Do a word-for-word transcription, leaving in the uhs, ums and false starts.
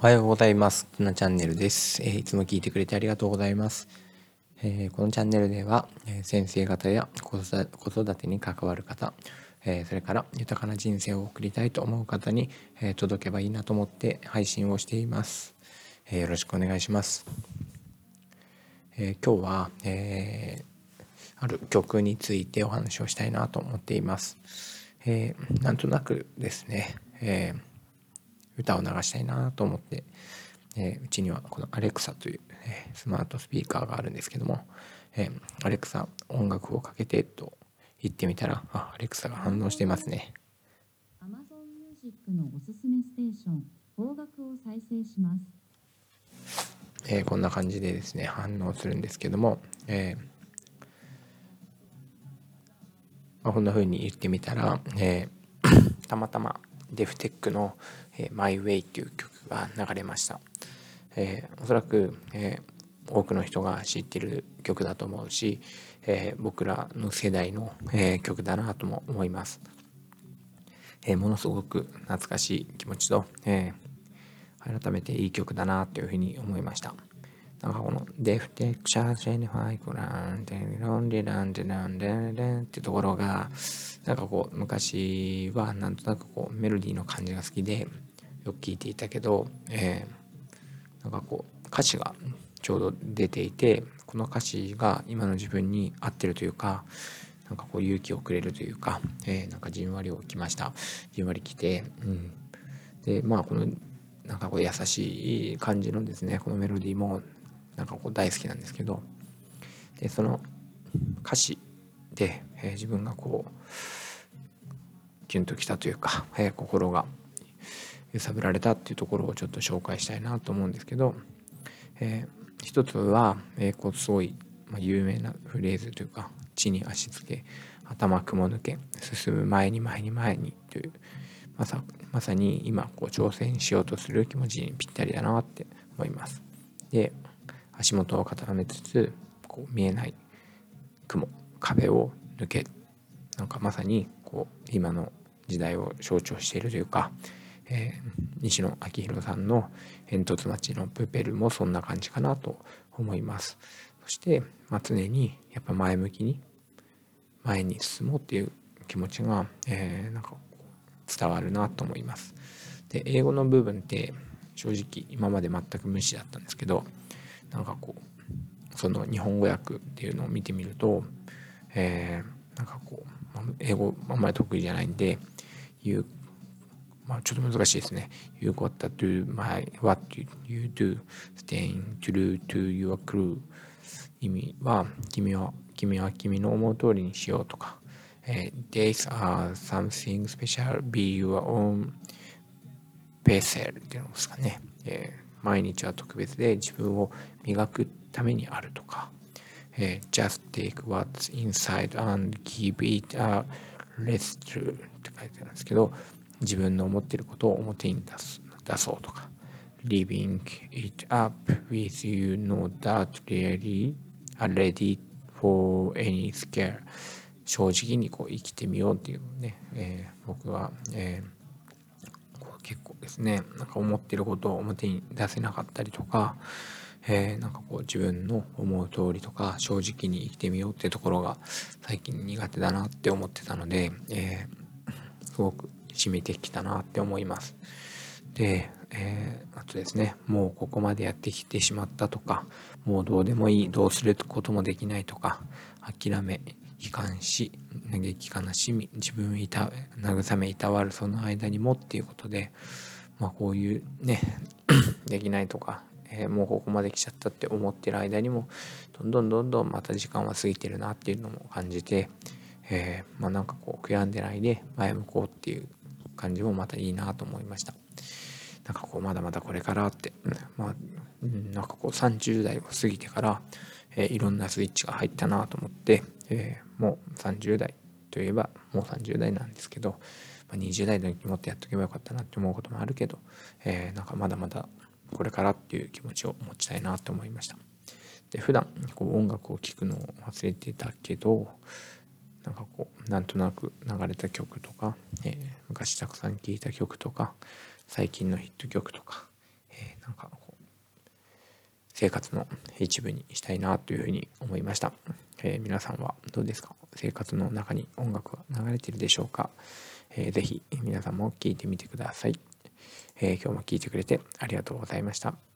おはようございます。このチャンネルです、えーいつも聞いてくれてありがとうございます。えーこのチャンネルでは、えー先生方や子育子育てに関わる方、えーそれから豊かな人生を送りたいと思う方に、えー届けばいいなと思って配信をしています。えーよろしくお願いします。えー今日は、えーある曲についてお話をしたいなと思っています。えーなんとなくですね、えー歌を流したいなと思って、えーうちにはこのアレクサという、えースマートスピーカーがあるんですけども、えーアレクサ音楽をかけてと言ってみたら、あ、アレクサが反応していますね。 Amazon Music のおすすめステーション、邦楽を再生します。 えーこんな感じでですね反応するんですけども、えーまあ、こんな風に言ってみたら、えーたまたまデフテックの、えー、My Way という曲が流れました。えーおそらく、えー多くの人が知っている曲だと思うし、えー僕らの世代の、えー曲だなとも思います。えーものすごく懐かしい気持ちと、えー改めていい曲だなというふうに思いました。なんかこのデフテクシャーシェニファイクランデロンデランデランデランデンっていうところがなんかこう昔はなんとなくこうメロディーの感じが好きでよく聴いていたけど、えー、なんかこう歌詞がちょうど出ていて、この歌詞が今の自分に合ってるというか、なんかこう勇気をくれるというか、えー、なんかじんわりをきました。じんわりきて、うん、でまあこのなんかこう優しい感じのですねこのメロディーもなんかこう大好きなんですけど、でその歌詞で、えー自分がこうキュンときたというか、えー心が揺さぶられたっていうところをちょっと紹介したいなと思うんですけど、えー一つは、えーこうすごい、まあ、有名なフレーズというか、地に足つけ頭雲抜け進む前に前に前にという、まさまさに今こう挑戦しようとする気持ちにぴったりだなって思います。で足元を固めつつこう見えない雲壁を抜け、なんかまさにこう今の時代を象徴しているというか、えー西野昭弘さんの煙突町のプペルもそんな感じかなと思います。そして、まあ、常にやっぱ前向きに前に進もうっていう気持ちが、えーなんかこう伝わるなと思います。で英語の部分って正直今まで全く無視だったんですけど、なんかこうその日本語訳っていうのを見てみると、えーなんかこう英語あんまり得意じゃないんで言う、まあ、ちょっと難しいですね。You got to do my what you do, staying true to your crew。意味は、君は、君は君の思う通りにしようとか、えー、Days are something special, be your own vessel っていうのですかね。えー毎日は特別で自分を磨くためにあるとか、えー Just take what's inside and give it a rest って書いてあるんですけど、自分の思っていることを表に出す出そうとか、Living it up with you know that really are ready for any scare。 正直にこう生きてみようっていうのをね、えー僕は、えー結構ですね、なんか思ってることを表に出せなかったりとか、えー、なんかこう自分の思う通りとか正直に生きてみようっていうところが最近苦手だなって思ってたので、えー、すごく染みてきたなって思います。で、えー、あとですね、もうここまでやってきてしまったとか、もうどうでもいい、どうすることもできないとか、諦め、悲観し、嘆き悲しみ、自分いた慰めいたわるその間にもっていうことで、まあこういうねできないとか、えーもうここまで来ちゃったって思ってる間にもどんどんどんどんまた時間は過ぎてるなっていうのも感じて、えーまあなんかこう悔やんでないで前向こうっていう感じもまたいいなと思いました。なんかこうまだまだこれからって、まあなんかこうさんじゅう代を過ぎてから、えーいろんなスイッチが入ったなと思って、えーもうさんじゅう代といえばもうさんじゅう代なんですけど、まあ、にじゅう代の時もっとやっとけばよかったなって思うこともあるけど、えーなんかまだまだこれからっていう気持ちを持ちたいなと思いました。で普段こう音楽を聴くのを忘れてたけど、なんかこうなんとなく流れた曲とか、えー昔たくさん聴いた曲とか最近のヒット曲とか、えなんかこう生活の一部にしたいなというふうに思いました。えー、皆さんはどうですか？生活の中に音楽は流れているでしょうか？えー、ぜひ皆さんも聴いてみてください。えー、今日も聴いてくれてありがとうございました。